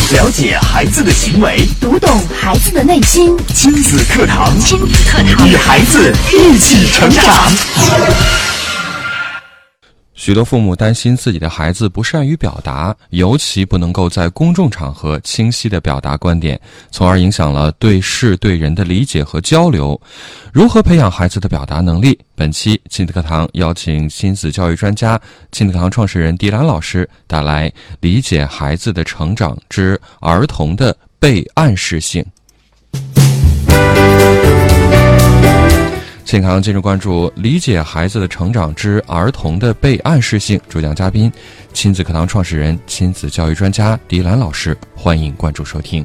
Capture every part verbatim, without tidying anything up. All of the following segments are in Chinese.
了解孩子的行为， 读懂孩子的内心。 亲子课堂， 亲子课堂， 与孩子一起成长。 许多父母担心自己的孩子不善于表达，尤其不能够在公众场合清晰地表达观点，从而影响了对事对人的理解和交流。如何培养孩子的表达能力？本期亲子课堂邀请亲子教育专家、亲子课堂创始人狄兰老师带来《理解孩子的成长之儿童的被暗示性》。健康今日关注理解孩子的成长之儿童的被暗示性，主讲嘉宾亲子课堂创始人、亲子教育专家狄兰老师，欢迎关注收听。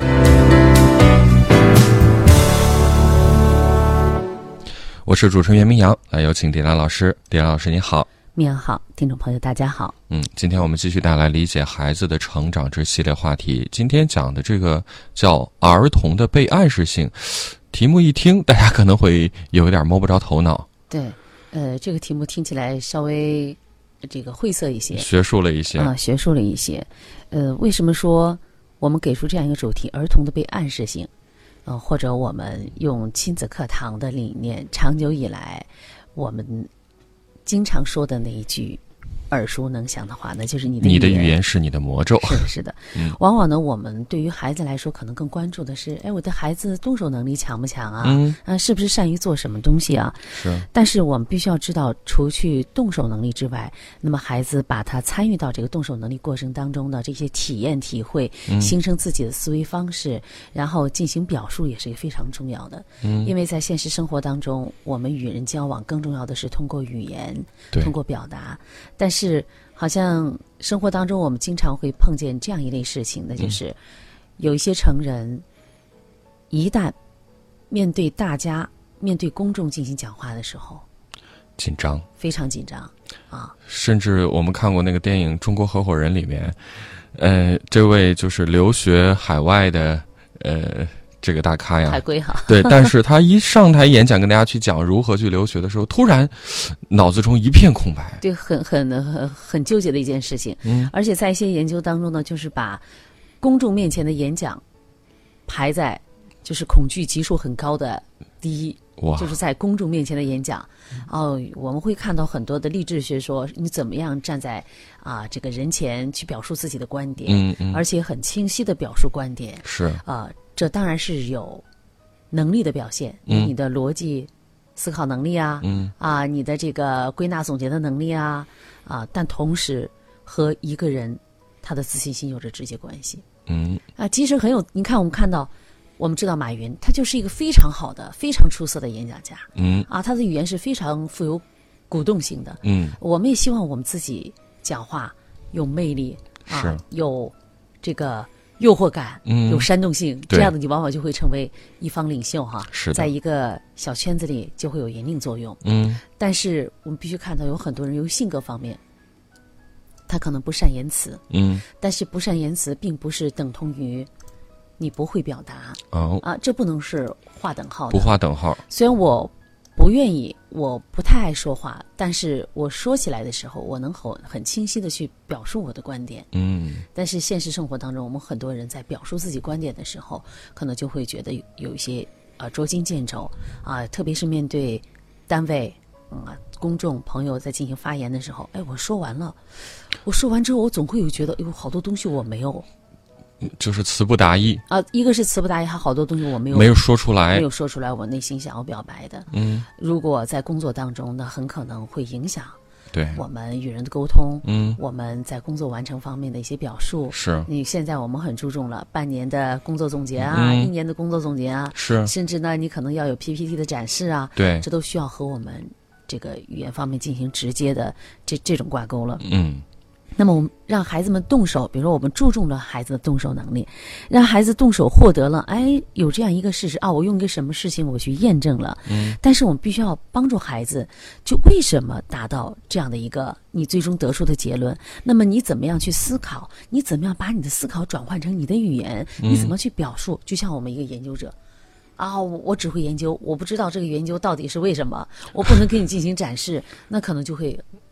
我是主持人袁明阳，来有请狄兰老师。狄兰老师你好。 明阳好，听众朋友大家好。 嗯，今天我们继续带来理解孩子的成长之系列话题，今天讲的这个叫儿童的被暗示性。题目一听，大家可能会有一点摸不着头脑。 对，呃，这个题目听起来稍微这个晦涩一些， 学术了一些啊、呃，学术了一些。呃，为什么说我们给出这样一个主题，儿童的被暗示性？呃，或者我们用亲子课堂的理念，长久以来我们经常说的那一句耳熟能详的话，那就是你的语言， 你的语言是你的魔咒。 是的，是的。嗯，往往呢，我们对于孩子来说，可能更关注的是，哎，我的孩子动手能力强不强啊？嗯，啊，是不是善于做什么东西啊？ 是。 但是我们必须要知道，除去动手能力之外，那么孩子把他参与到这个动手能力过程当中的这些体验、体会，嗯、形成自己的思维方式，然后进行表述，也是一个非常重要的。嗯，因为在现实生活当中，我们与人交往更重要的是通过语言，通过表达，但是。是，好像生活当中我们经常会碰见这样一类事情的，就是有一些成人一旦面对大家、面对公众进行讲话的时候， 紧张， 非常紧张啊！ 甚至我们看过那个电影《中国合伙人》里面，呃，这位就是留学海外的呃。这个大咖呀， 海归哈， 对，但是他一上台演讲，跟大家去讲如何去留学的时候，突然脑子中一片空白， 对，很很很很纠结的一件事情。嗯，而且在一些研究当中呢，就是把公众面前的演讲排在就是恐惧级数很高的第一，哇，就是在公众面前的演讲。哦，我们会看到很多的励志学说，你怎么样站在啊这个人前去表述自己的观点，嗯嗯，而且很清晰的表述观点， 是啊。这当然是有能力的表现，嗯、你的逻辑思考能力啊，嗯、啊，你的这个归纳总结的能力啊，啊，但同时和一个人他的自信心有着直接关系。嗯，啊，其实很有，你看我们看到，我们知道马云，他就是一个非常好的、非常出色的演讲家。嗯，啊，他的语言是非常富有鼓动性的。嗯，我们也希望我们自己讲话有魅力啊，有这个。诱惑感，嗯，有煽动性，这样的你往往就会成为一方领袖哈。 是的， 在一个小圈子里就会有引领作用。嗯，但是我们必须看到，有很多人由于性格方面，他可能不善言辞。嗯，但是不善言辞并不是等同于你不会表达。哦，啊，这不能是划等号的。 不划等号。 虽然我不愿意，我不太爱说话，但是我说起来的时候，我能很很清晰的去表述我的观点。嗯，但是现实生活当中，我们很多人在表述自己观点的时候，可能就会觉得有有一些啊、呃、捉襟见肘啊，特别是面对单位嗯啊公众朋友在进行发言的时候，哎，我说完了，我说完之后，我总会有觉得，哎呦，好多东西我没有。 就是词不达意啊，一个是词不达意，还好多东西我没有没有说出来， 没有说出来我内心想要表白的。嗯，如果在工作当中，那很可能会影响对我们与人的沟通，嗯，我们在工作完成方面的一些表述。 是， 你现在我们很注重了半年的工作总结啊，嗯、一年的工作总结啊， 是， 甚至呢，你可能要有 P P T 的展示啊， 对， 这都需要和我们这个语言方面进行直接的这这种挂钩了。 嗯。 那么我们让孩子们动手，比如说我们注重了孩子的动手能力，让孩子动手获得了，哎，有这样一个事实啊，我用一个什么事情我去验证了。嗯，但是我们必须要帮助孩子，就为什么达到这样的一个你最终得出的结论？那么你怎么样去思考？你怎么样把你的思考转换成你的语言？你怎么去表述？就像我们一个研究者。啊，我只会研究，我不知道这个研究到底是为什么，我不能给你进行展示，那可能就会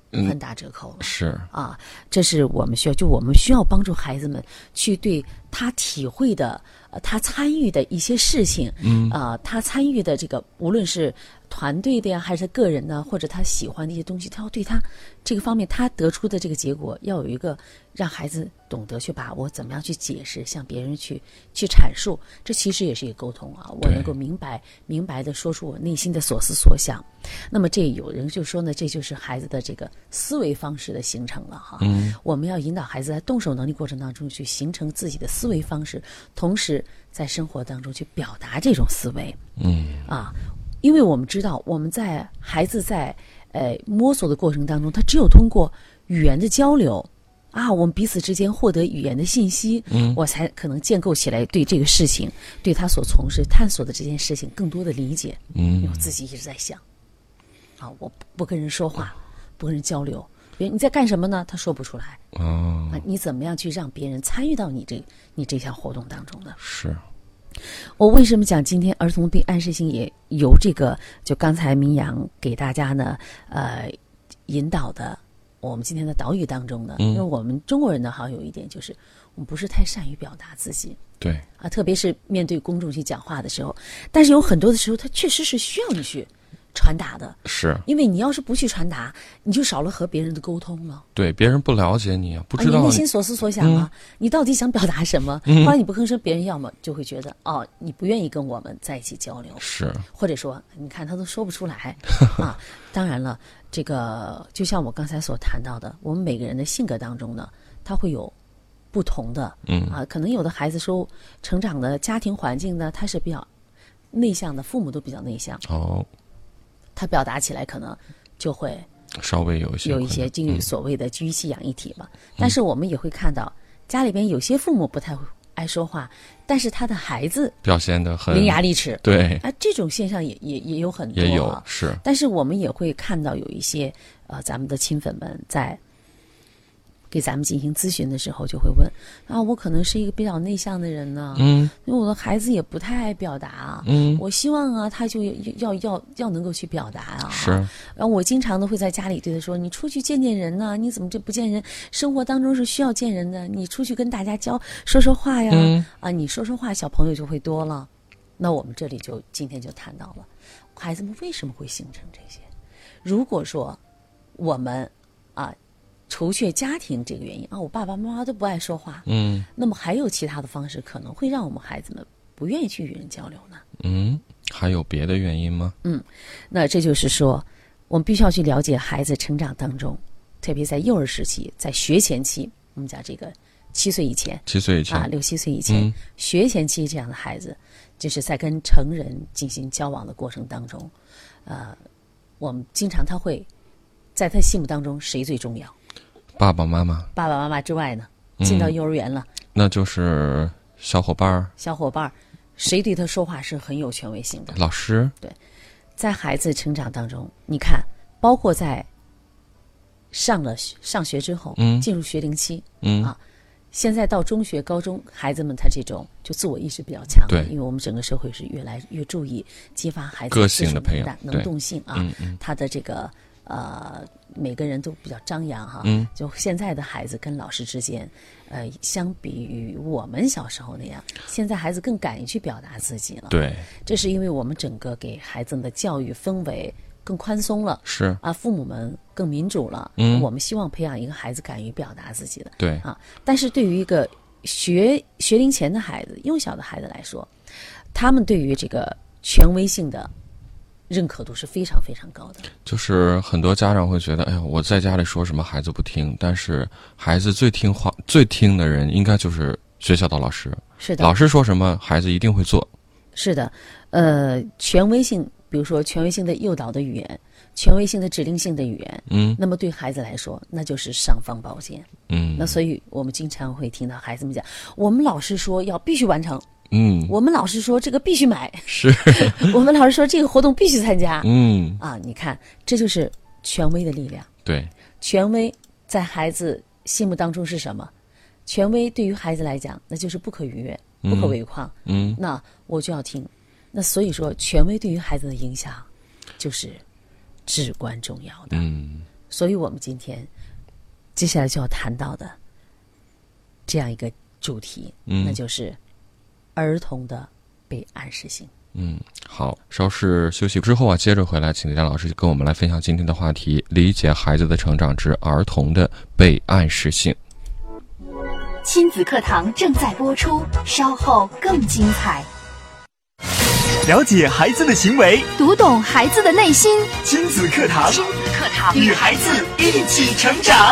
很打折扣了。 嗯、是啊，这是我们需要，就我们需要帮助孩子们去对他体会的、呃、他参与的一些事情，嗯，啊、呃，他参与的这个，无论是团队的呀，还是个人呢，或者他喜欢的一些东西，他要对他这个方面，他得出的这个结果，要有一个让孩子懂得去把握，怎么样去解释，向别人去去阐述，这其实也是一个沟通啊。我能够明白明白的说出我内心的所思所想。那么这有人就说呢，这就是孩子的这个思维方式的形成了哈。嗯，我们要引导孩子在动手能力过程当中去形成自己的思维方式，同时在生活当中去表达这种思维。嗯，啊。因为我们知道，我们在孩子在呃摸索的过程当中，他只有通过语言的交流啊，我们彼此之间获得语言的信息，嗯，我才可能建构起来对这个事情，对他所从事探索的这件事情更多的理解。嗯，因为我自己一直在想，啊，我不跟人说话，不跟人交流，别人你在干什么呢？他说不出来。哦，啊，你怎么样去让别人参与到你这你这项活动当中呢？ 是。 我为什么讲今天儿童病暗示性也由这个就刚才明阳给大家呢呃引导的我们今天的导语当中呢、嗯、因为我们中国人呢好像有一点就是我们不是太善于表达自己， 对啊，特别是面对公众去讲话的时候，但是有很多的时候它确实是需要你去传达的， 是因为你要是不去传达，你就少了和别人的沟通了。 对，别人不了解你啊，不知道 你,、 啊、你内心所思所想啊、嗯，你到底想表达什么？嗯、后来你不吭声，别人要么就会觉得哦，你不愿意跟我们在一起交流， 是， 或者说你看他都说不出来啊。当然了，这个就像我刚才所谈到的，我们每个人的性格当中呢，他会有不同的，嗯啊，可能有的孩子说成长的家庭环境呢，他是比较内向的，父母都比较内向哦。他表达起来可能就会稍微有一些有一些这个所谓的居气养一体嘛、嗯。但是我们也会看到，家里边有些父母不太爱说话，但是他的孩子表现得很伶牙俐齿。 对， 啊，这种现象也也也有很多、啊， 也有是。 但是我们也会看到有一些呃，咱们的亲粉们在给咱们进行咨询的时候，就会问啊，我可能是一个比较内向的人呢，嗯，因为我的孩子也不太爱表达，嗯，我希望啊，他就要要要能够去表达啊， 是。 然后我经常都会在家里对他说，你出去见见人呢、啊，你怎么这不见人？生活当中是需要见人的，你出去跟大家交说说话呀，嗯、啊，你说说话，小朋友就会多了。那我们这里就今天就谈到了，孩子们为什么会形成这些？如果说我们啊。除却家庭这个原因啊，我爸爸妈妈都不爱说话，嗯，那么还有其他的方式可能会让我们孩子们不愿意去与人交流呢？ 嗯，还有别的原因吗？ 嗯，那这就是说，我们必须要去了解孩子成长当中，特别在幼儿时期，在学前期，我们讲这个七岁以前， 七岁以前啊，六七岁以前、嗯，学前期这样的孩子，就是在跟成人进行交往的过程当中，呃，我们经常他会在他心目当中谁最重要？ 爸爸妈妈， 爸爸妈妈之外呢，进到幼儿园了， 嗯、那就是小伙伴儿。 小伙伴儿，谁对他说话是很有权威性的？ 老师。 对，在孩子成长当中，你看，包括在上了上学之后，嗯，进入学龄期，嗯啊，现在到中学、高中，孩子们他这种就自我意识比较强， 对， 因为我们整个社会是越来越注意激发孩子个性的培养、 能动性啊， 嗯嗯、 他的这个。呃，每个人都比较张扬哈，嗯，就现在的孩子跟老师之间，呃，相比于我们小时候那样，现在孩子更敢于去表达自己了。 对， 这是因为我们整个给孩子们的教育氛围更宽松了， 是啊，父母们更民主了，嗯，我们希望培养一个孩子敢于表达自己的， 对啊，但是对于一个学学龄前的孩子、幼小的孩子来说，他们对于这个权威性的。认可度是非常非常高的， 就是很多家长会觉得，哎呀，我在家里说什么孩子不听，但是孩子最听话、最听的人应该就是学校的老师。 是的， 老师说什么，孩子一定会做。 是的，呃，权威性，比如说权威性的诱导的语言，权威性的指令性的语言，嗯，那么对孩子来说，那就是尚方宝剑。嗯，那所以我们经常会听到孩子们讲，我们老师说要必须完成。嗯，我们老师说这个必须买， 是我们老师说这个活动必须参加。 嗯， 啊，你看，这就是权威的力量。 对， 权威在孩子心目当中是什么？权威对于孩子来讲，那就是不可逾越、不可违抗。嗯，那我就要听。那所以说，权威对于孩子的影响就是至关重要的。 嗯， 所以我们今天接下来就要谈到的这样一个主题， 嗯， 那就是儿童的被暗示性。 嗯，好，稍事休息之后啊，接着回来，请李亮老师跟我们来分享今天的话题：理解孩子的成长之儿童的被暗示性。 亲子课堂正在播出，稍后更精彩。 了解孩子的行为， 读懂孩子的内心。 亲子课堂， 亲子课堂， 与孩子一起成长。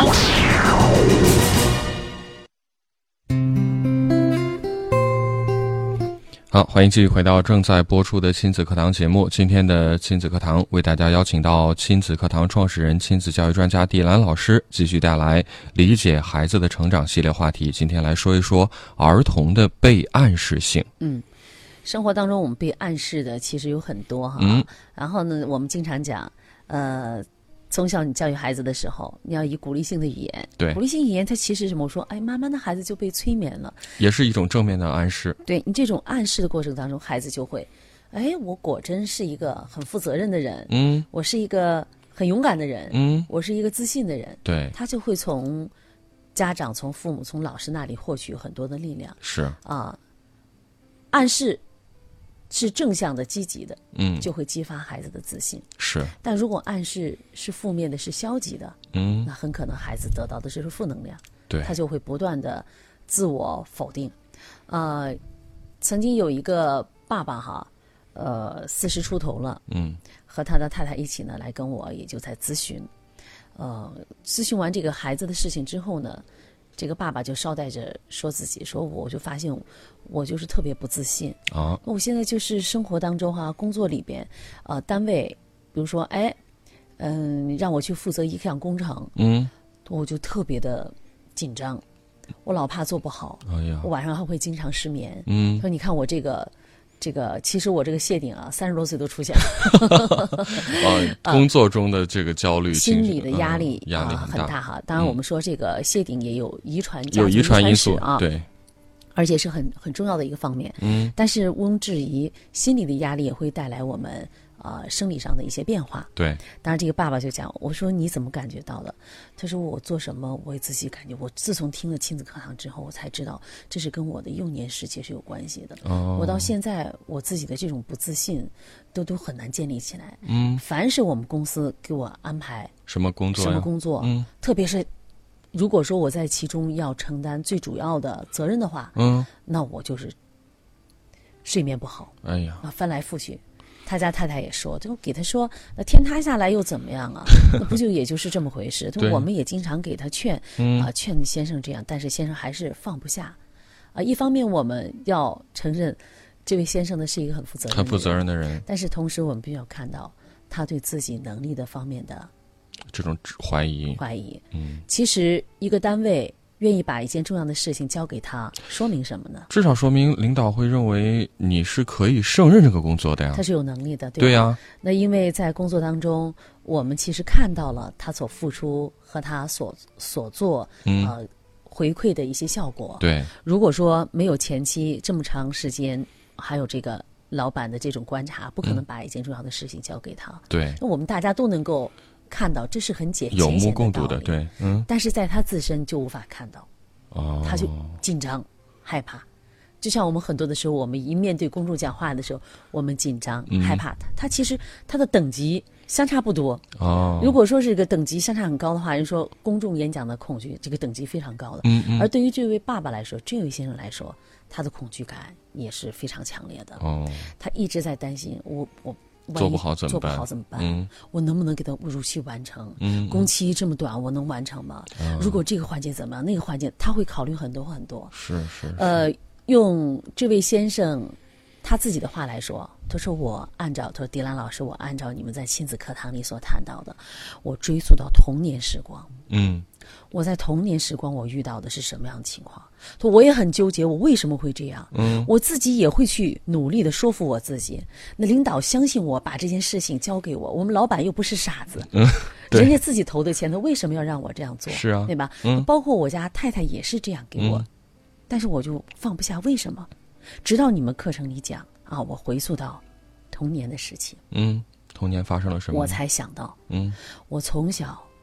好，欢迎继续回到正在播出的亲子课堂节目。今天的亲子课堂为大家邀请到亲子课堂创始人、亲子教育专家迪兰老师，继续带来理解孩子的成长系列话题。今天来说一说儿童的被暗示性。 嗯，生活当中我们被暗示的其实有很多哈。 嗯。 然后呢，我们经常讲，呃。从小你教育孩子的时候，你要以鼓励性的语言。 对， 鼓励性语言它其实是什么？我说，哎，慢慢的孩子就被催眠了， 也是一种正面的暗示。 对，你这种暗示的过程当中，孩子就会，哎，我果真是一个很负责任的人， 嗯， 我是一个很勇敢的人， 嗯， 我是一个自信的人。 对， 他就会从家长、从父母、从老师那里获取很多的力量。 是啊，暗示是正向的、积极的， 嗯， 就会激发孩子的自信。 是， 但如果暗示是负面的、是消极的， 嗯， 那很可能孩子得到的就是负能量， 对， 他就会不断的自我否定。呃，曾经有一个爸爸哈，呃，四十出头了， 嗯， 和他的太太一起呢来跟我也就在咨询，呃，咨询完这个孩子的事情之后呢。这个爸爸就捎带着说自己说，我就发现我就是特别不自信啊！ 我现在就是生活当中哈、啊，工作里边，呃，单位，比如说，哎，嗯，让我去负责一项工程， 嗯， 我就特别的紧张，我老怕做不好， 哎呀， 我晚上还会经常失眠， 嗯， 说你看我这个。这个其实我这个谢顶啊，三十多岁都出现了。 啊，工作中的这个焦虑、 心理的压力、 嗯、压力很大、 呃、很大哈。当然，我们说这个谢顶也有遗传、 有遗传因素啊， 对， 而且是很很重要的一个方面。 嗯， 但是毋庸置疑，心理的压力也会带来我们呃生理上的一些变化。 对， 当然这个爸爸就讲，我说你怎么感觉到的？他说我做什么我也自己感觉，我自从听了亲子课堂之后，我才知道这是跟我的幼年时期是有关系的。 哦， 我到现在我自己的这种不自信都都很难建立起来。 嗯， 凡是我们公司给我安排什么工作什么工作， 嗯， 特别是如果说我在其中要承担最主要的责任的话， 嗯， 那我就是睡眠不好， 哎呀， 啊，翻来覆去。他家太太也说，就给他说，那天塌下来又怎么样啊？那不就也就是这么回事？他说我们也经常给他劝，啊、 嗯呃，劝先生这样，但是先生还是放不下。啊、呃，一方面我们要承认，这位先生呢是一个很负责任的人， 很负责任的人， 但是同时我们必须要看到他对自己能力的方面的这种怀疑。 怀疑， 嗯， 其实一个单位愿意把一件重要的事情交给他，说明什么呢？ 至少说明领导会认为你是可以胜任这个工作的呀。 他是有能力的，对吧？ 对呀。 那因为在工作当中，我们其实看到了他所付出和他所所做， 嗯、 呃，回馈的一些效果。 对。 如果说没有前期这么长时间，还有这个老板的这种观察，不可能把一件重要的事情交给他。嗯、 对。 那我们大家都能够看到，这是很简有目共睹的，对，嗯。 但是在他自身就无法看到， 哦， 他就紧张、害怕。就像我们很多的时候，我们一面对公众讲话的时候，我们紧张、 嗯、 害怕。他他其实他的等级相差不多。 哦， 如果说是个等级相差很高的话，人说公众演讲的恐惧，这个等级非常高的。 嗯嗯。 而对于这位爸爸来说，这位先生来说，他的恐惧感也是非常强烈的。 哦， 他一直在担心，我我。 做不好怎么做不好怎么办？ 嗯， 我能不能给他如期完成？ 嗯， 工期这么短，我能完成吗？ 嗯、 如果这个环节怎么样，那个环节他会考虑很多很多。 是 是, 是。 呃，用这位先生他自己的话来说，他说我按照他说迪兰老师，我按照你们在亲子课堂里所谈到的，我追溯到童年时光。 嗯。 我在童年时光我遇到的是什么样的情况？我也很纠结，我为什么会这样？ 嗯， 我自己也会去努力的说服我自己。那领导相信我，把这件事情交给我，我们老板又不是傻子， 嗯， 人家自己投的钱，他为什么要让我这样做？ 是啊， 对吧？ 嗯， 包括我家太太也是这样给我， 嗯、 但是我就放不下，为什么？直到你们课程里讲啊，我回溯到童年的时期， 嗯，童年发生了什么？ 我才想到， 嗯， 我从小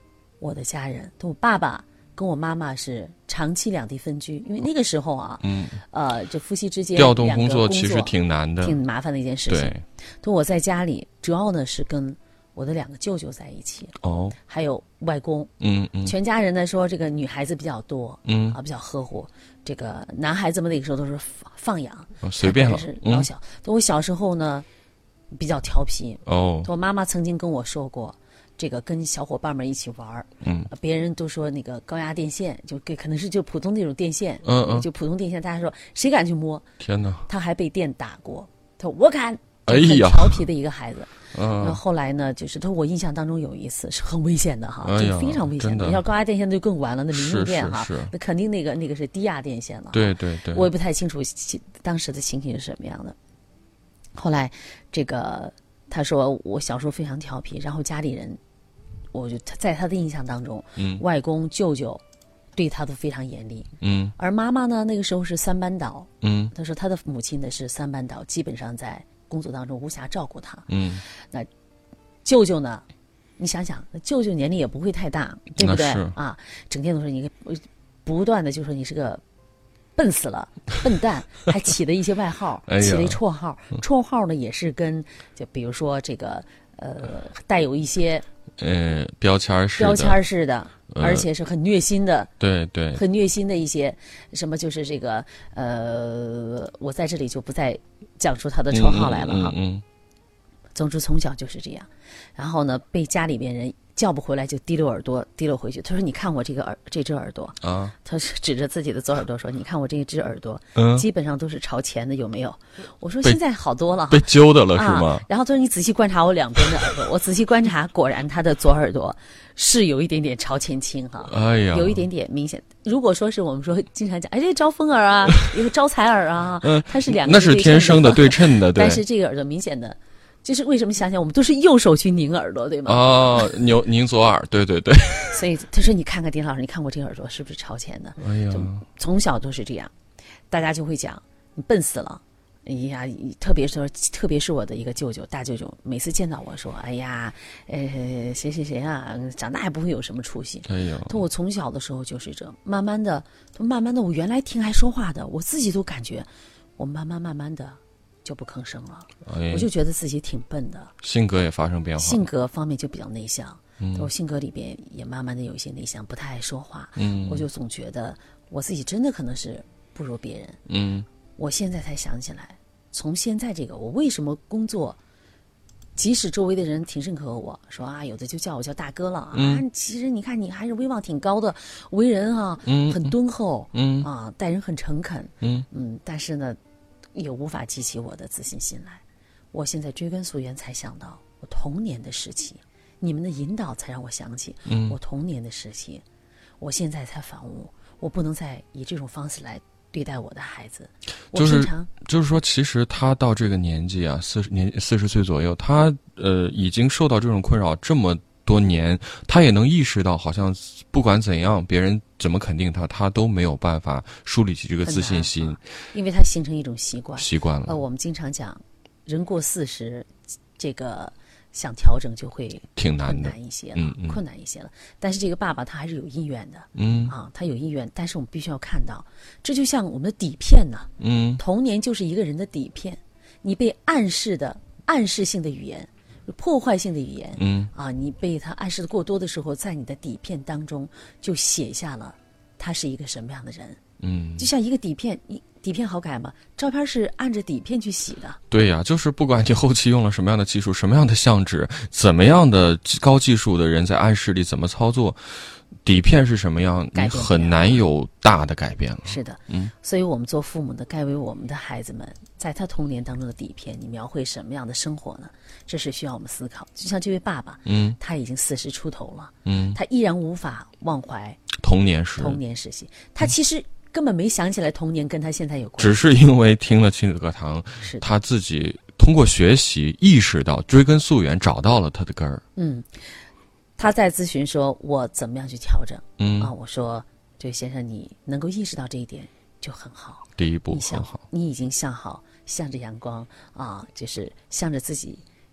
我的家人，我爸爸跟我妈妈是长期两地分居，因为那个时候啊， 嗯， 呃，这夫妻之间调动工作其实挺难的， 挺麻烦的一件事情。 对， 就我在家里，主要呢是跟我的两个舅舅在一起， 哦， 还有外公， 嗯嗯， 全家人呢说这个女孩子比较多， 嗯啊比较呵护，这个男孩子们那个时候都是放放养， 哦随便了， 是老小。嗯、我小时候呢比较调皮， 哦， 我妈妈曾经跟我说过。这个跟小伙伴们一起玩， 嗯， 别人都说那个高压电线，就可能是就普通那种电线， 嗯嗯， 就普通电线，大家说谁敢去摸？ 天哪！ 他还被电打过，他说我敢， 哎呀， 很调皮的一个孩子。 嗯， 然后后来呢，就是他我印象当中有一次是很危险的哈， 哎就非常危险的。要高压电线就更完了，那民用电哈，那肯定那个那个是低压电线了。 对对对， 我也不太清楚当时的情形是什么样的。后来这个他说我小时候非常调皮，然后家里人。我就在他的印象当中， 嗯， 外公舅舅对他都非常严厉， 嗯， 而妈妈呢，那个时候是三班倒， 嗯， 他说他的母亲呢是三班倒，基本上在工作当中无暇照顾他， 嗯， 那舅舅呢，你想想，舅舅年龄也不会太大，对不对啊？整天都说你不断的就说你是个笨死了、笨蛋，还起了一些外号， 哎、 起了一绰号，绰号呢也是跟就比如说这个呃带有一些。 呃，标签式的， 标签式的， 呃、 而且是很虐心的， 对对， 很虐心的一些什么，就是这个呃，我在这里就不再讲出他的绰号来了哈。 嗯，嗯嗯总之从小就是这样，然后呢，被家里边人叫不回来，就提溜耳朵提溜回去。他说：“你看我这个耳这只耳朵啊。” 他是指着自己的左耳朵说：“你看我这只耳朵， 嗯， 基本上都是朝前的，有没有？”我说：“现在好多了， 被揪的了是吗？” 啊、然后他说：“你仔细观察我两边的耳朵，我仔细观察，果然他的左耳朵是有一点点朝前倾哈， 哎呀， 有一点点明显。如果说是我们说经常讲，哎，这个招风耳啊，一个招财耳啊， 嗯， 它是两个那是天生的对称的，对。 但是这个耳朵明显的。”就是为什么想想我们都是右手去拧耳朵，对吗？ 哦，拧拧左耳，对对对。 所以他说：“你看看丁老师，你看我这个耳朵是不是朝前的？” 哎呀， 从小都是这样，大家就会讲你笨死了。哎呀，特别是特别是我的一个舅舅大舅舅，每次见到我说：“哎呀，呃，谁谁谁啊，长大也不会有什么出息。” 哎呀， 他我从小的时候就是这，慢慢的，慢慢的，我原来挺爱说话的，我自己都感觉，我慢慢慢慢的。就不吭声了、哎，我就觉得自己挺笨的， 性格也发生变化， 性格方面就比较内向， 嗯， 我性格里边也慢慢的有一些内向，不太爱说话， 嗯， 我就总觉得我自己真的可能是不如别人， 嗯， 我现在才想起来，从现在这个我为什么工作，即使周围的人挺认可我，说啊，有的就叫我叫大哥了、 嗯、 啊，其实你看你还是威望挺高的，为人啊， 嗯， 很敦厚， 嗯啊，待人很诚恳， 嗯嗯，但是呢。也无法激起我的自信心来。我现在追根溯源才想到，我童年的时期，你们的引导才让我想起， 嗯， 我童年的时期，我现在才反悟，我不能再以这种方式来对待我的孩子。 就是我平常就是说，其实他到这个年纪啊，四十年四十岁左右，他呃已经受到这种困扰这么多年，他也能意识到，好像不管怎样，别人怎么肯定他，他都没有办法树立起这个自信心， 啊、因为他形成一种习惯， 习惯了。 呃，我们经常讲，人过四十，这个想调整就会挺难的， 困难一些了， 嗯嗯， 困难一些了。但是这个爸爸他还是有意愿的， 嗯啊，他有意愿，但是我们必须要看到，这就像我们的底片呢， 嗯， 童年就是一个人的底片，你被暗示的暗示性的语言。破坏性的语言， 嗯啊，你被他暗示的过多的时候，在你的底片当中就写下了他是一个什么样的人， 嗯， 就像一个底片，你底片好改吗？照片是按着底片去洗的。 对呀、啊，就是不管你后期用了什么样的技术，什么样的相纸，怎么样的高技术的人在暗室里怎么操作，底片是什么样，你很难有大的改变了。 是的， 嗯， 所以我们做父母的该为我们的孩子们，在他童年当中的底片，你描绘什么样的生活呢？这是需要我们思考。就像这位爸爸， 嗯， 他已经四十出头了， 嗯， 他依然无法忘怀童年时童年时期，他其实根本没想起来童年跟他现在有关系， 只是因为听了亲子课堂， 是他自己通过学习意识到，追根溯源，找到了他的根儿。 嗯。他在咨询说我怎么样去调整， 嗯啊，我说这位先生你能够意识到这一点就很好， 第一步很好， 你已经向好，向着阳光啊，就是向着自己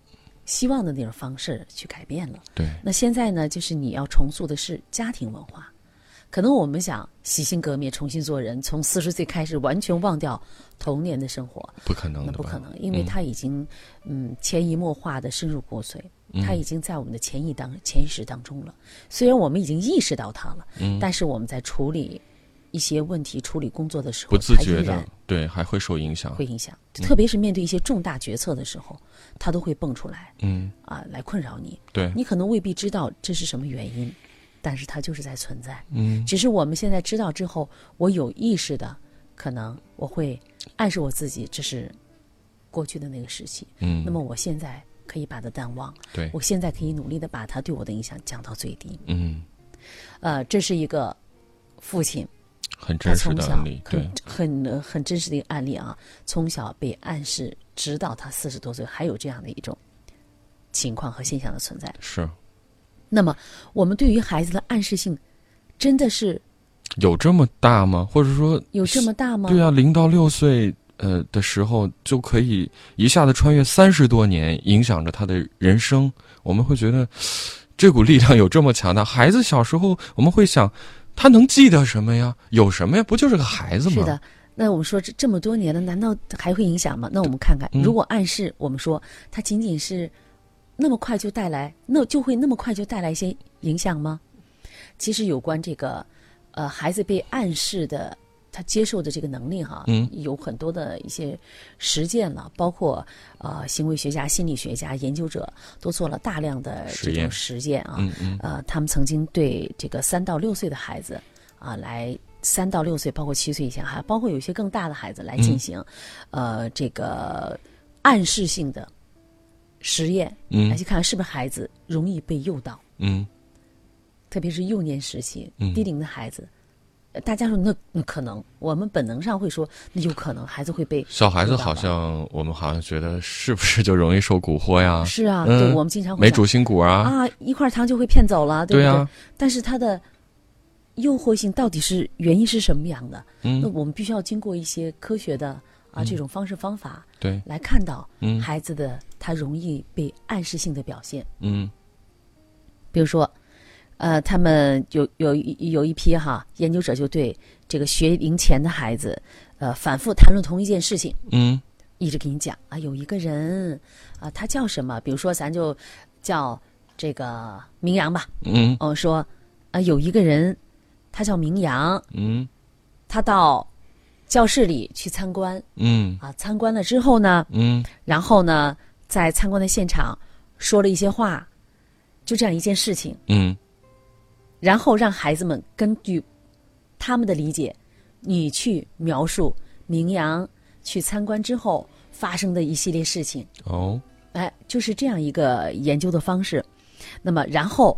希望的那种方式去改变了。 对， 那现在呢，就是你要重塑的是家庭文化。可能我们想洗心革面，重新做人，从四十岁开始完全忘掉童年的生活， 不可能的吧？ 那不可能，因为它已经嗯潜移默化的深入骨髓，它已经在我们的潜意当潜意识当中了。虽然我们已经意识到它了，嗯，但是我们在处理一些问题、处理工作的时候， 不自觉的，对，还会受影响， 会影响。特别是面对一些重大决策的时候，它都会蹦出来， 嗯啊，来困扰你。 对， 你可能未必知道这是什么原因。但是它就是在存在， 嗯， 只是我们现在知道之后，我有意识的，可能我会暗示我自己，这是过去的那个时期， 嗯， 那么我现在可以把它淡忘， 对， 我现在可以努力的把它对我的影响降到最低， 嗯， 呃，这是一个父亲很真实的案例，对， 很很很真实的一个案例啊，从小被暗示，直到他四十多岁，还有这样的一种情况和现象的存在， 是。 那么，我们对于孩子的暗示性，真的是有这么大吗？或者说有这么大吗？ 对啊，零到六岁呃的时候就可以一下子穿越三十多年，影响着他的人生。我们会觉得这股力量有这么强大。孩子小时候，我们会想，他能记得什么呀？有什么呀？不就是个孩子吗？ 是的。那我们说这这么多年了，难道还会影响吗？那我们看看， 嗯、 如果暗示我们说他仅仅是。那么快就带来，那就会那么快就带来一些影响吗？其实有关这个，呃，孩子被暗示的，他接受的这个能力哈， 嗯， 有很多的一些实践了，包括呃，行为学家、心理学家、研究者都做了大量的这种实践啊， 嗯嗯， 呃，他们曾经对这个三到六岁的孩子啊，来三到六岁，包括七岁以前，还包括有些更大的孩子来进行，嗯、呃，这个暗示性的。实验， 嗯， 来去看看是不是孩子容易被诱导， 嗯， 特别是幼年时期、 嗯、 低龄的孩子，大家说那那可能，我们本能上会说那有可能孩子会被小孩子好像我们好像觉得是不是就容易受蛊惑呀？ 是啊， 嗯、 对，我们经常会没主心骨啊啊，一块糖就会骗走了，对不对？ 对啊， 但是它的诱惑性到底是原因是什么样的？ 嗯， 那我们必须要经过一些科学的。啊，这种方式方法， 对， 来看到嗯孩子的他容易被暗示性的表现， 嗯， 比如说，呃，他们有有有一批哈研究者就对这个学龄前的孩子，呃，反复谈论同一件事情， 嗯， 一直给你讲啊，有一个人啊，他叫什么？比如说，咱就叫这个明阳吧， 嗯， 哦，说啊，有一个人，他叫明阳， 嗯， 他到。教室里去参观， 嗯啊，参观了之后呢， 嗯， 然后呢，在参观的现场说了一些话，就这样一件事情， 嗯， 然后让孩子们根据他们的理解，你去描述明阳去参观之后发生的一系列事情。 哦， 哎，就是这样一个研究的方式。那么，然后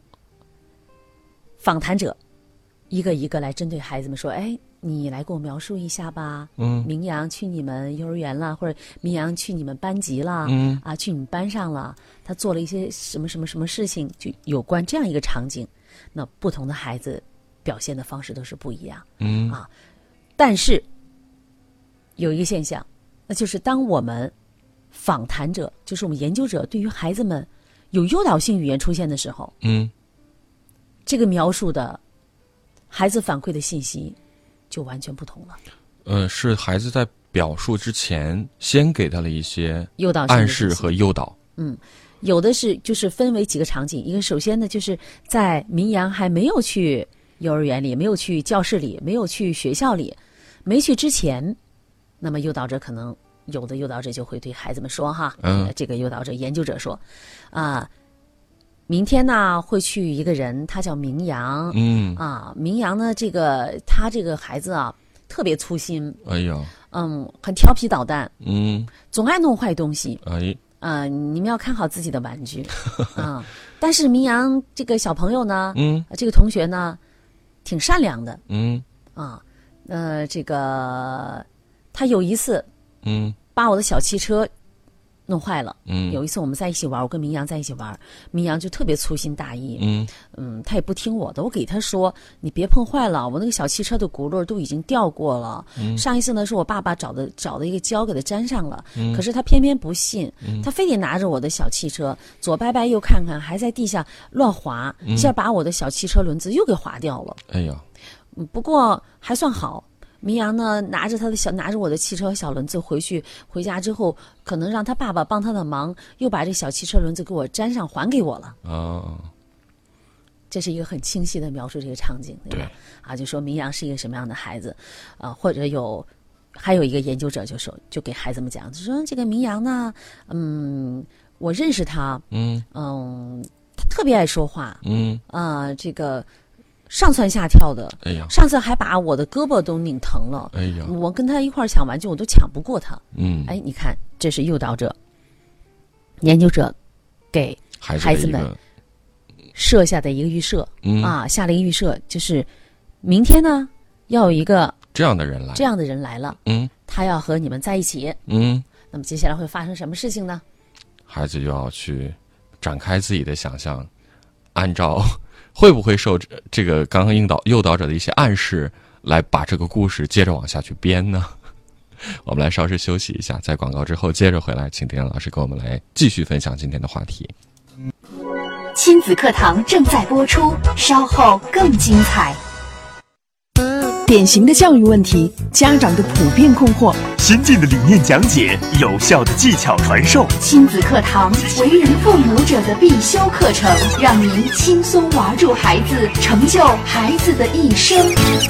访谈者一个一个来针对孩子们说，哎。你来给我描述一下吧。 嗯， 明阳去你们幼儿园了，或者明阳去你们班级了， 嗯啊，去你们班上了，他做了一些什么什么什么事情，就有关这样一个场景。那不同的孩子表现的方式都是不一样。 嗯啊，但是有一个现象，那就是当我们访谈者，就是我们研究者，对于孩子们有诱导性语言出现的时候， 嗯， 这个描述的孩子反馈的信息。就完全不同了。 呃，是孩子在表述之前，先给他了一些诱导暗示和诱导。 嗯，有的是就是分为几个场景，一个首先呢，就是在明阳还没有去幼儿园里，没有去教室里，没有去学校里，没去之前，那么诱导者可能有的诱导者就会对孩子们说哈， 嗯， 呃、这个诱导者研究者说，啊、呃。明天呢会去一个人，他叫明阳。 嗯啊，明阳呢，这个他这个孩子啊，特别粗心。 哎呀， 嗯，很调皮捣蛋。 嗯， 总爱弄坏东西。 哎， 啊、呃，你们要看好自己的玩具。啊，但是明阳这个小朋友呢， 嗯， 这个同学呢，挺善良的。 嗯， 啊，呃，这个他有一次， 嗯， 把我的小汽车弄坏了。 嗯， 有一次我们在一起玩，我跟明阳在一起玩，明阳就特别粗心大意。 嗯嗯，他也不听我的，我给他说你别碰坏了，我那个小汽车的轱辘都已经掉过了。嗯，上一次呢是我爸爸找的找的一个胶给他粘上了，嗯，可是他偏偏不信，嗯，他非得拿着我的小汽车左掰掰右看看，还在地下乱滑，一下把我的小汽车轮子又给划掉了。 哎呀， 嗯，不过还算好。明阳呢，拿着他的小，拿着我的汽车小轮子回去，回家之后，可能让他爸爸帮他的忙，又把这小汽车轮子给我粘上，还给我了。 哦， 这是一个很清晰的描述这个场景，对吧？对啊，就说明阳是一个什么样的孩子，啊、呃，或者有，还有一个研究者就说，就给孩子们讲，就说这个明阳呢，嗯，我认识他，嗯嗯，他特别爱说话，嗯啊、呃，这个。上蹿下跳的， 哎呀！ 上次还把我的胳膊都拧疼了， 哎呀！ 我跟他一块儿抢玩具，我都抢不过他。 嗯， 哎，你看，这是诱导者、研究者给孩子们设下的一个预设， 嗯、 啊，下了一个预设，就是明天呢要有一个这样的人来， 这样的人来了， 嗯， 他要和你们在一起， 嗯， 那么接下来会发生什么事情呢？ 孩子就要去展开自己的想象，按照。会不会受这个刚刚引导诱导者的一些暗示来把这个故事接着往下去编呢？我们来稍事休息一下，在广告之后接着回来，请丁老师跟我们来继续分享今天的话题。 亲子课堂正在播出，稍后更精彩。 典型的教育问题，家长的普遍困惑， 先进的理念讲解，有效的技巧传授。 亲子课堂，为人父母者的必修课程，让您轻松玩住孩子，成就孩子的一生。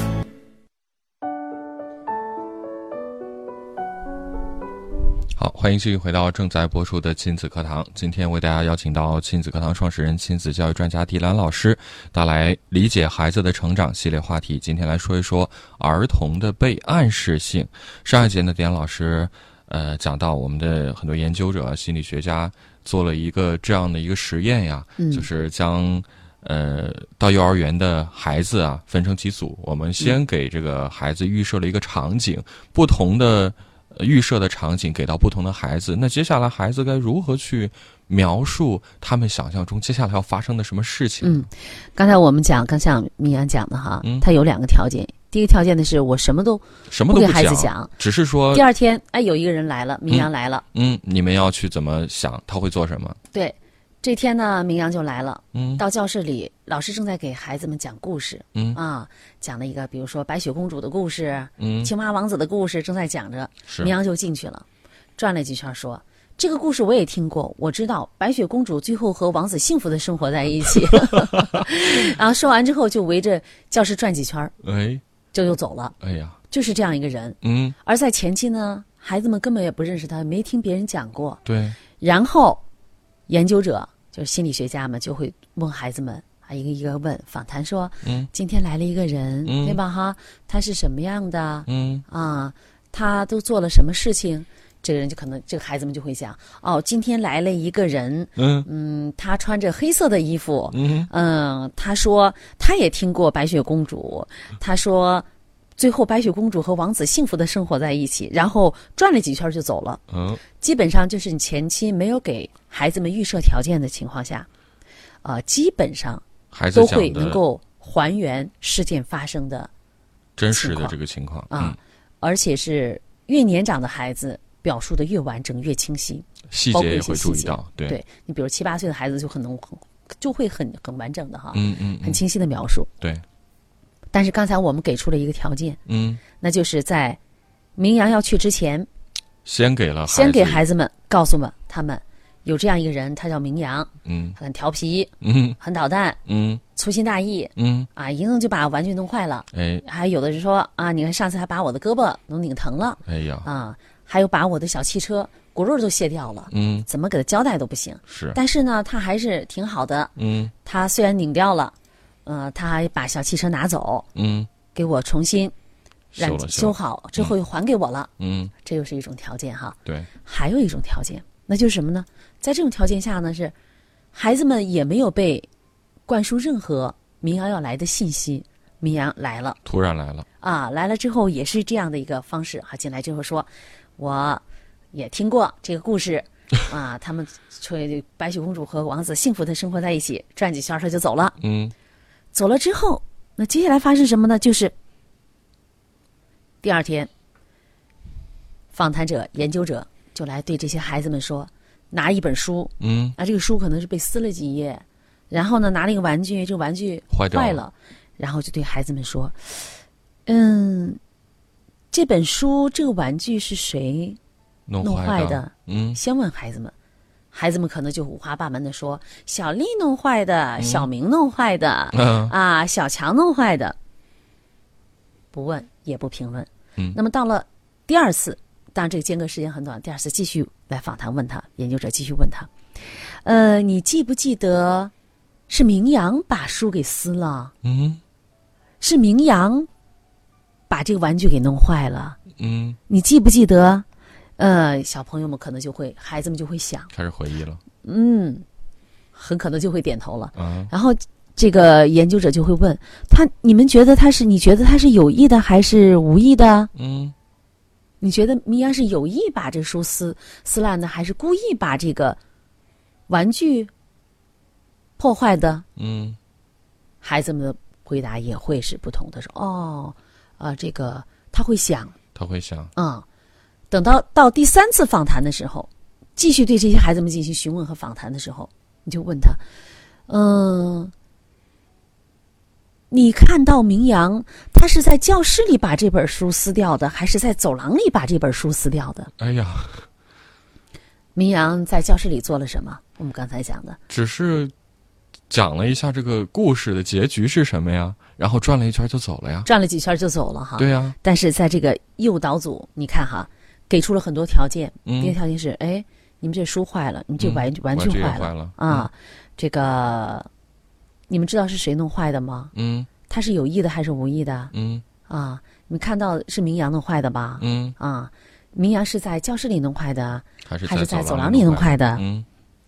好，欢迎继续回到正在播出的亲子课堂。今天为大家邀请到亲子课堂创始人、亲子教育专家狄兰老师，带来理解孩子的成长系列话题。今天来说一说儿童的被暗示性。上一节呢，狄兰老师呃讲到我们的很多研究者、心理学家做了一个这样的一个实验呀，嗯、就是将呃到幼儿园的孩子啊分成几组，我们先给这个孩子预设了一个场景，不同的。预设的场景给到不同的孩子，那接下来孩子该如何去描述他们想象中接下来要发生的什么事情？ 嗯，刚才我们讲，刚像米阳讲的哈，嗯，他有两个条件。第一个条件的是我什么都什么都不给孩子讲， 只是说第二天，哎，有一个人来了，明阳来了， 嗯，嗯你们要去怎么想，他会做什么？ 对。这天呢，明阳就来了。嗯，到教室里，老师正在给孩子们讲故事。嗯啊，讲了一个，比如说白雪公主的故事，嗯，青蛙王子的故事，正在讲着。 是， 明阳就进去了，转了几圈，说：“这个故事我也听过，我知道白雪公主最后和王子幸福的生活在一起。”然后说完之后，就围着教室转几圈， 哎， 就又走了。 哎呀， 就是这样一个人。嗯，而在前期呢，孩子们根本也不认识他，没听别人讲过。 对， 然后。研究者就是心理学家们就会问孩子们啊，一个一个问访谈说，嗯，今天来了一个人，嗯、对吧？哈，他是什么样的？嗯啊，他都做了什么事情？这个人就可能这个孩子们就会讲，哦，今天来了一个人，嗯嗯，他穿着黑色的衣服，嗯嗯，他说他也听过白雪公主，他说。最后，白雪公主和王子幸福的生活在一起，然后转了几圈就走了。嗯，基本上就是你前期没有给孩子们预设条件的情况下，呃，基本上都会能够还原事件发生的真实的这个情况啊、嗯，而且是越年长的孩子表述的越完整、越清晰， 细节也会注意到。对， 对你比如七八岁的孩子就可能就会很很完整的哈， 嗯嗯， 很清晰的描述。 对。 但是刚才我们给出了一个条件，嗯，那就是在明阳要去之前， 先给了孩子先给孩子们告诉们他们有这样一个人，他叫明阳，嗯，很调皮，嗯，很捣蛋，嗯，粗心大意，嗯，啊，一弄就把玩具弄坏了，哎，还有的是说啊，你看上次还把我的胳膊弄拧疼了， 哎呀， 啊，还有把我的小汽车轱辘都卸掉了，嗯，怎么给他交代都不行， 是， 但是呢，他还是挺好的，嗯，他虽然拧掉了。呃，他还把小汽车拿走，嗯，给我重新修了修好之后又还给我了， 嗯， 这又是一种条件哈。 对， 还有一种条件，那就是什么呢？在这种条件下呢，是孩子们也没有被灌输任何明阳要来的信息。明阳来了， 突然来了啊，来了之后也是这样的一个方式哈。进来之后说，我也听过这个故事， 啊，他们吹白雪公主和王子幸福的生活在一起，转几圈他就走了。 嗯， 走了之后，那接下来发生什么呢？就是第二天，访谈者、研究者就来对这些孩子们说，拿一本书， 嗯， 啊，这个书可能是被撕了几页，然后呢，拿了一个玩具，这个玩具坏掉了坏了，然后就对孩子们说，嗯，这本书这个玩具是谁弄弄坏的？ 的，嗯， 先问孩子们，孩子们可能就五花八门的说，小丽弄坏的，嗯、小明弄坏的， 嗯、 啊，小强弄坏的，不问也不评论。 嗯， 那么到了第二次，当然这个间隔时间很短，第二次继续来访谈问他，研究者继续问他，呃，你记不记得是明阳把书给撕了？ 嗯， 是明阳把这个玩具给弄坏了。 嗯， 你记不记得？呃，小朋友们可能就会，孩子们就会想， 开始回忆了。 嗯，很可能就会点头了。 啊， 然后这个研究者就会问他：你们觉得他是？你觉得他是有意的还是无意的？ 嗯， 你觉得明阳是有意把这书撕撕烂的，还是故意把这个玩具破坏的？ 嗯， 孩子们的回答也会是不同的，说哦，啊、呃，这个他会想， 他会想， 嗯。等到到第三次访谈的时候，继续对这些孩子们进行询问和访谈的时候，你就问他，嗯，你看到明阳他是在教室里把这本书撕掉的，还是在走廊里把这本书撕掉的？ 哎呀， 明阳在教室里做了什么？我们刚才讲的， 只是讲了一下这个故事的结局是什么呀，然后转了一圈就走了呀， 转了几圈就走了哈。 对呀， 但是在这个诱导组，你看哈。给出了很多条件， 嗯、 第一个条件是，哎，你们这书坏了，你们这玩、嗯、玩具坏了， 坏了啊、 嗯， 这个你们知道是谁弄坏的吗？ 嗯， 他是有意的还是无意的？ 嗯， 啊，你们看到是明阳弄坏的吧？ 嗯， 啊，明阳是在教室里弄坏的， 还是还是在走廊里弄坏的？ 嗯，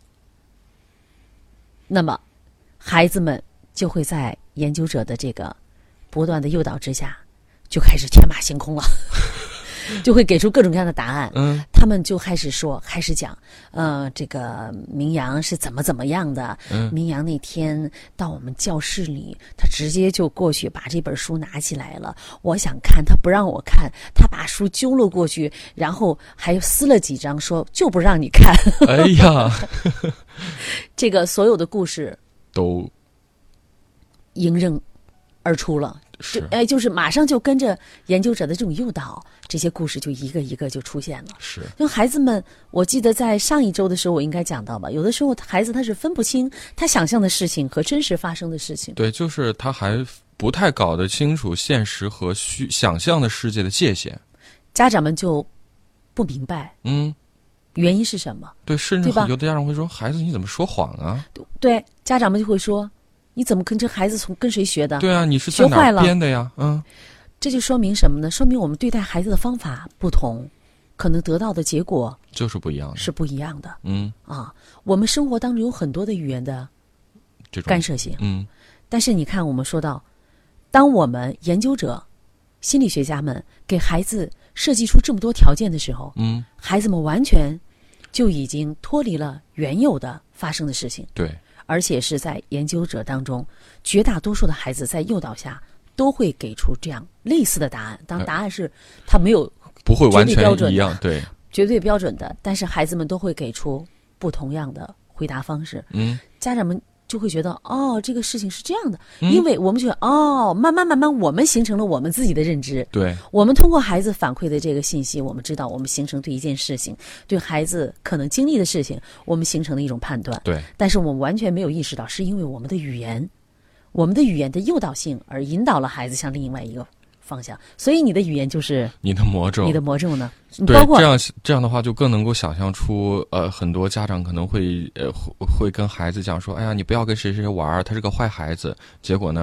那么孩子们就会在研究者的这个不断的诱导之下，就开始天马行空了。就会给出各种各样的答案， 嗯， 他们就开始说，开始讲，呃，这个明阳是怎么怎么样的， 嗯， 明阳那天到我们教室里，他直接就过去把这本书拿起来了，我想看，他不让我看，他把书揪了过去，然后还撕了几张，说就不让你看。 哎呀， 这个所有的故事都迎刃而出了。 是， 哎，就是马上就跟着研究者的这种诱导，这些故事就一个一个就出现了。 是， 因为孩子们，我记得在上一周的时候，我应该讲到吧，有的时候孩子他是分不清他想象的事情和真实发生的事情。 对，就是他还不太搞得清楚现实和虚想象的世界的界限。 家长们就不明白， 嗯， 原因是什么？ 对，甚至对吧有的家长会说：“孩子，你怎么说谎啊？” 对，家长们就会说。你怎么跟这孩子从跟谁学的？ 对啊，你是在哪儿编的呀？嗯， 这就说明什么呢？说明我们对待孩子的方法不同，可能得到的结果就是不一样的， 是不一样的。 嗯啊，我们生活当中有很多的语言的这种干涉性。 嗯， 但是你看，我们说到，当我们研究者、心理学家们给孩子设计出这么多条件的时候， 嗯， 孩子们完全就已经脱离了原有的发生的事情。 对。 而且是在研究者当中，绝大多数的孩子在诱导下都会给出这样类似的答案。当然答案是他没有不会完全一样，对， 绝对标准的，但是孩子们都会给出不同样的回答方式。 嗯， 家长们就会觉得哦，这个事情是这样的，嗯、因为我们觉得哦，慢慢慢慢，我们形成了我们自己的认知。 对， 我们通过孩子反馈的这个信息，我们知道我们形成对一件事情，对孩子可能经历的事情，我们形成的一种判断。 对， 但是我们完全没有意识到，是因为我们的语言，我们的语言的诱导性而引导了孩子向另外一个方向。所以你的语言就是你的魔咒， 你的魔咒呢？ 对， 包括这样这样的话，就更能够想象出，呃，很多家长可能会呃会会跟孩子讲说，哎呀，你不要跟谁谁谁玩，他是个坏孩子。结果呢，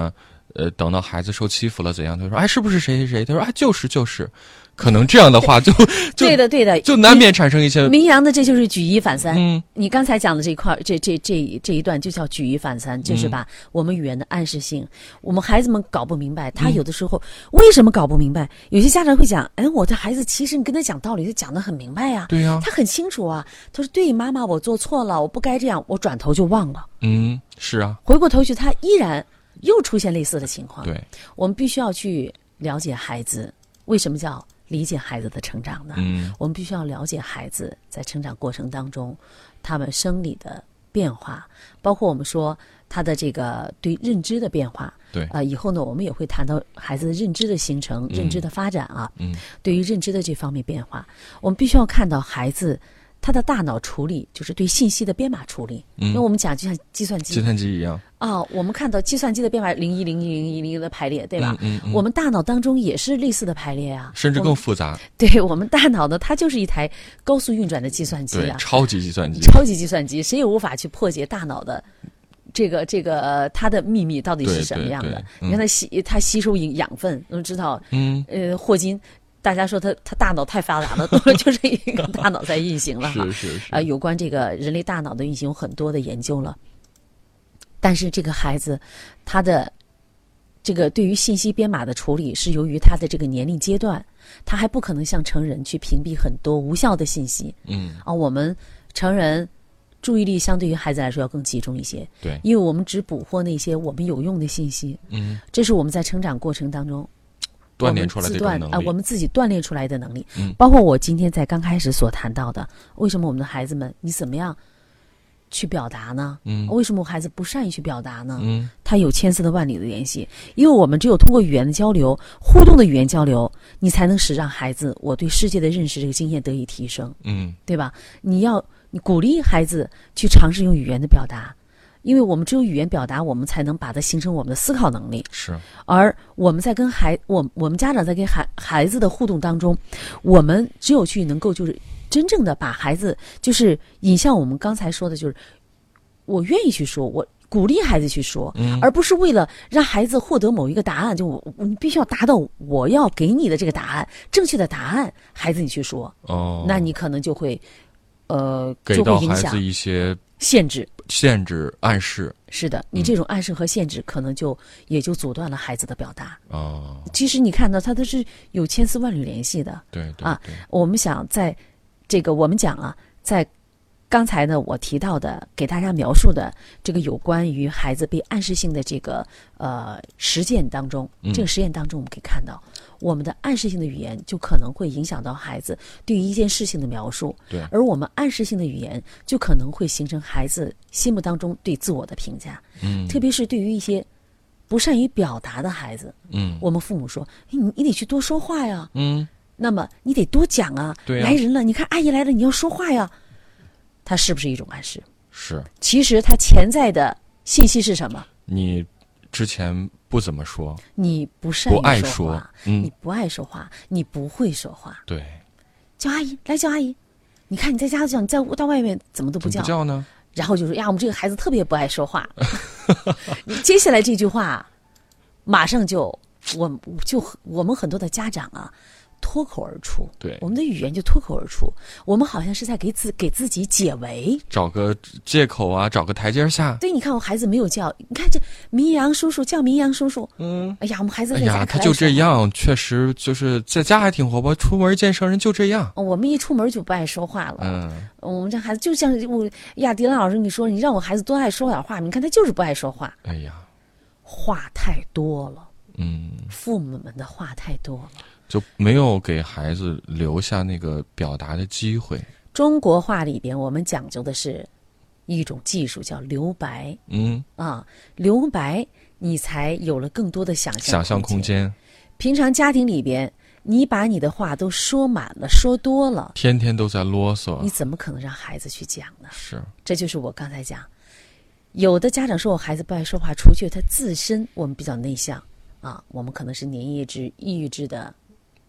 呃，等到孩子受欺负了怎样，他说哎是不是谁谁谁，他说哎就是就是，可能这样的话就就对的对的， 就难免产生一些名扬的，这就是举一反三。 嗯， 你刚才讲的这一块，这这这这一段就叫举一反三，就是把我们语言的暗示性，嗯、我们孩子们搞不明白，他有的时候、嗯、为什么搞不明白？有些家长会讲，哎，我的孩子其实你跟他讲道理，他讲得很明白呀、啊， 对呀、啊， 他很清楚啊。他说对，妈妈，我做错了，我不该这样，我转头就忘了。 嗯，是啊， 回过头去，他依然又出现类似的情况。 对， 我们必须要去了解孩子，为什么叫理解孩子的成长呢？ 嗯， 我们必须要了解孩子在成长过程当中，他们生理的变化，包括我们说他的这个对认知的变化。 对， 呃，以后呢，我们也会谈到孩子的认知的形成、嗯、认知的发展啊。 嗯， 对于认知的这方面变化，我们必须要看到孩子他的大脑处理，就是对信息的编码处理。嗯，因为我们讲就像计算机， 计算机一样啊，我们看到计算机的编码零一零一零一零的排列，对吧？ 嗯 嗯, 嗯， 我们大脑当中也是类似的排列啊， 甚至更复杂。 对，我们大脑呢，它就是一台高速运转的计算机啊， 对，超级计算机， 超级计算机，谁也无法去破解大脑的这个这个呃它的秘密到底是什么样的。 对对对嗯、你看它吸它吸收营养分，我们知道， 嗯， 呃，霍金。大家说他他大脑太发达了，都就是一个大脑在运行了哈。 是是是。 啊、呃，有关这个人类大脑的运行有很多的研究了。但是这个孩子，他的这个对于信息编码的处理，是由于他的这个年龄阶段，他还不可能像成人去屏蔽很多无效的信息。 嗯。 啊，我们成人注意力相对于孩子来说要更集中一些。 对。 因为我们只捕获那些我们有用的信息。 嗯。 这是我们在成长过程当中。 锻炼出来的这种能力啊、呃，我们自己锻炼出来的能力， 嗯， 包括我今天在刚开始所谈到的，为什么我们的孩子们，你怎么样去表达呢？ 嗯， 为什么我孩子不善于去表达呢？ 嗯， 他有千丝的万缕的联系，因为我们只有通过语言的交流、互动的语言交流，你才能使让孩子我对世界的认识这个经验得以提升， 嗯， 对吧？你要你鼓励孩子去尝试用语言的表达。因为我们只有语言表达，我们才能把它形成我们的思考能力。 是， 而我们在跟孩我我们家长在跟孩孩子的互动当中，我们只有去能够就是真正的把孩子就是引向我们刚才说的，就是我愿意去说，我鼓励孩子去说， 嗯、 而不是为了让孩子获得某一个答案，就我你必须要达到我要给你的这个答案，正确的答案，孩子你去说， 哦， 那你可能就会呃给到孩子一些限制。 限制暗示是的，你这种暗示和限制，可能就、嗯、也就阻断了孩子的表达。 哦， 其实你看到他都是有千丝万缕联系的。 对对啊，我们想在这个我们讲啊，在刚才呢我提到的给大家描述的这个有关于孩子被暗示性的这个呃实践当中， 嗯、 这个实验当中我们可以看到。我们的暗示性的语言就可能会影响到孩子对于一件事情的描述， 对， 而我们暗示性的语言就可能会形成孩子心目当中对自我的评价， 嗯， 特别是对于一些不善于表达的孩子， 嗯， 我们父母说，你你得去多说话呀， 嗯， 那么你得多讲啊， 对啊， 来人了，你看阿姨来了，你要说话呀，它是不是一种暗示？ 是， 其实它潜在的信息是什么？ 你之前不怎么说， 你不善于不爱说话， 嗯， 你不爱说话，你不会说话。 对， 叫阿姨来，叫阿姨。你看你在家叫，你在到外面怎么都不叫？ 不叫呢？ 然后就说呀，我们这个孩子特别不爱说话。你接下来这句话，马上就我就我们很多的家长啊，脱口而出。 对， 我们的语言就脱口而出，我们好像是在给自给自己解围， 找个借口啊，找个台阶下。 对，你看我孩子没有叫，你看这明阳叔叔叫明阳叔叔， 嗯， 哎呀，我们孩子在哎呀， 家可爱他就这说话样，确实就是在家还挺活泼，出门见生人就这样。 我们一出门就不爱说话了。 嗯， 我们这孩子就像我亚迪兰老师你说，你让我孩子多爱说点话，你看他就是不爱说话。 哎呀， 话太多了， 嗯， 父母们的话太多了， 就没有给孩子留下那个表达的机会。 中国话里边，我们讲究的是一种技术，叫留白。 嗯啊，留白，你才有了更多的想象想象空间。 平常家庭里边，你把你的话都说满了，说多了， 天天都在啰嗦， 你怎么可能让孩子去讲呢？ 是， 这就是我刚才讲，有的家长说我孩子不爱说话，除去他自身我们比较内向啊，我们可能是粘液质、抑郁质的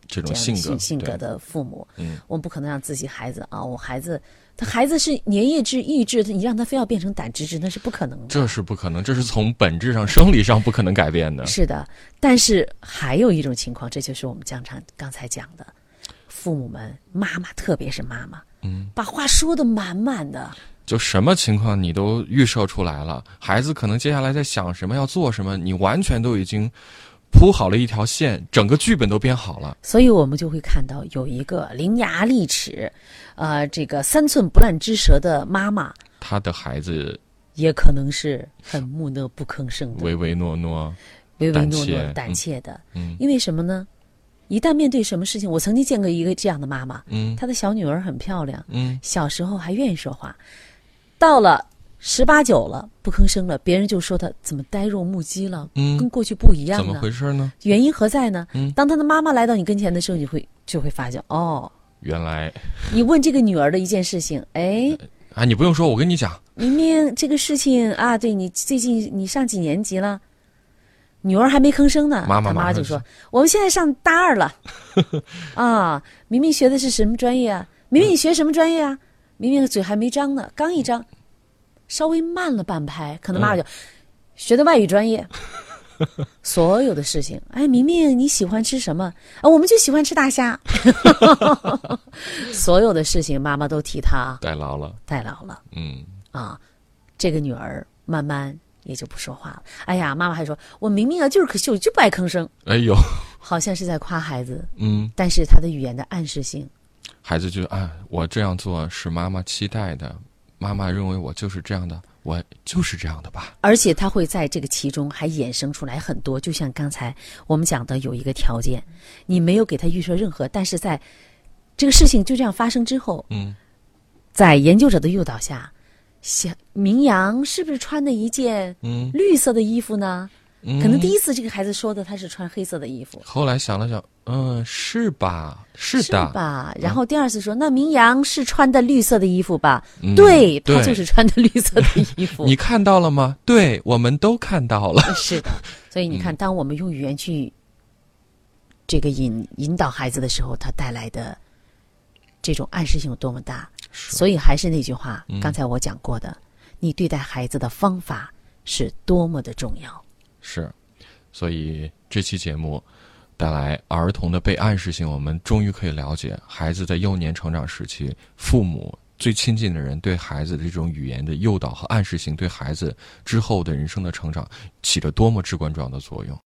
这种这样的性格性格的父母， 嗯， 我们不可能让自己孩子啊，我孩子他孩子是粘液质、意志，你让他非要变成胆汁质，那是不可能的。 这是不可能，这是从本质上、生理上不可能改变的。 是的，但是还有一种情况，这就是我们经常刚才讲的，父母们、妈妈，特别是妈妈， 嗯， 把话说得满满的。 就什么情况你都预设出来了，孩子可能接下来在想什么要做什么，你完全都已经铺好了一条线，整个剧本都编好了。 所以我们就会看到有一个伶牙俐齿，呃，这个三寸不烂之舌的妈妈， 他的孩子也可能是很木讷不吭声的， 唯唯诺诺、 唯唯诺诺、 胆怯胆怯的。 嗯， 因为什么呢？一旦面对什么事情，我曾经见过一个这样的妈妈， 嗯， 她的小女儿很漂亮， 嗯， 小时候还愿意说话，到了十八九了不吭声了，别人就说她怎么呆若木鸡了， 嗯跟过去不一样怎呢？ 么回事呢？ 原因何在呢？ 嗯， 当她的妈妈来到你跟前的时候，你会就会发现，哦， 原来你问这个女儿的一件事情，哎， 啊，你不用说，我跟你讲， 明明这个事情啊，对你最近你上几年级了？女儿还没吭声呢， 妈妈她妈马上就说：“我们现在上大二了，啊，明明学的是什么专业啊？明明你学什么专业啊？明明嘴还没张呢，刚一张，稍微慢了半拍，可能妈妈就、嗯、学的外语专业。所有的事情，哎，明明你喜欢吃什么啊？我们就喜欢吃大虾。所有的事情，妈妈都替她代劳了， 代劳了。 嗯， 啊，这个女儿慢慢也就不说话了。哎呀，妈妈还说，我明明啊就是可惜，我就不爱吭声。 哎呦， 好像是在夸孩子， 嗯， 但是他的语言的暗示性， 孩子就啊，我这样做是妈妈期待的，妈妈认为我就是这样的，我就是这样的吧。 而且他会在这个其中还衍生出来很多，就像刚才我们讲的，有一个条件，你没有给他预设任何，但是在这个事情就这样发生之后， 嗯， 在研究者的诱导下，想明阳是不是穿的一件嗯绿色的衣服呢？ 嗯， 可能第一次这个孩子说的他是穿黑色的衣服， 后来想了想，嗯，是吧？是的， 是吧？然后第二次说，那明阳是穿的绿色的衣服吧？ 嗯、 对， 对他就是穿的绿色的衣服。 你看到了吗？对，我们都看到了。 是的，所以你看，当我们用语言去这个引引导孩子的时候，它带来的这种暗示性有多么大？所以还是那句话， 嗯、 刚才我讲过的，你对待孩子的方法是多么的重要。 是，所以这期节目带来儿童的被暗示性，我们终于可以了解孩子在幼年成长时期，父母最亲近的人对孩子的这种语言的诱导和暗示性，对孩子之后的人生的成长起着多么至关重要的作用。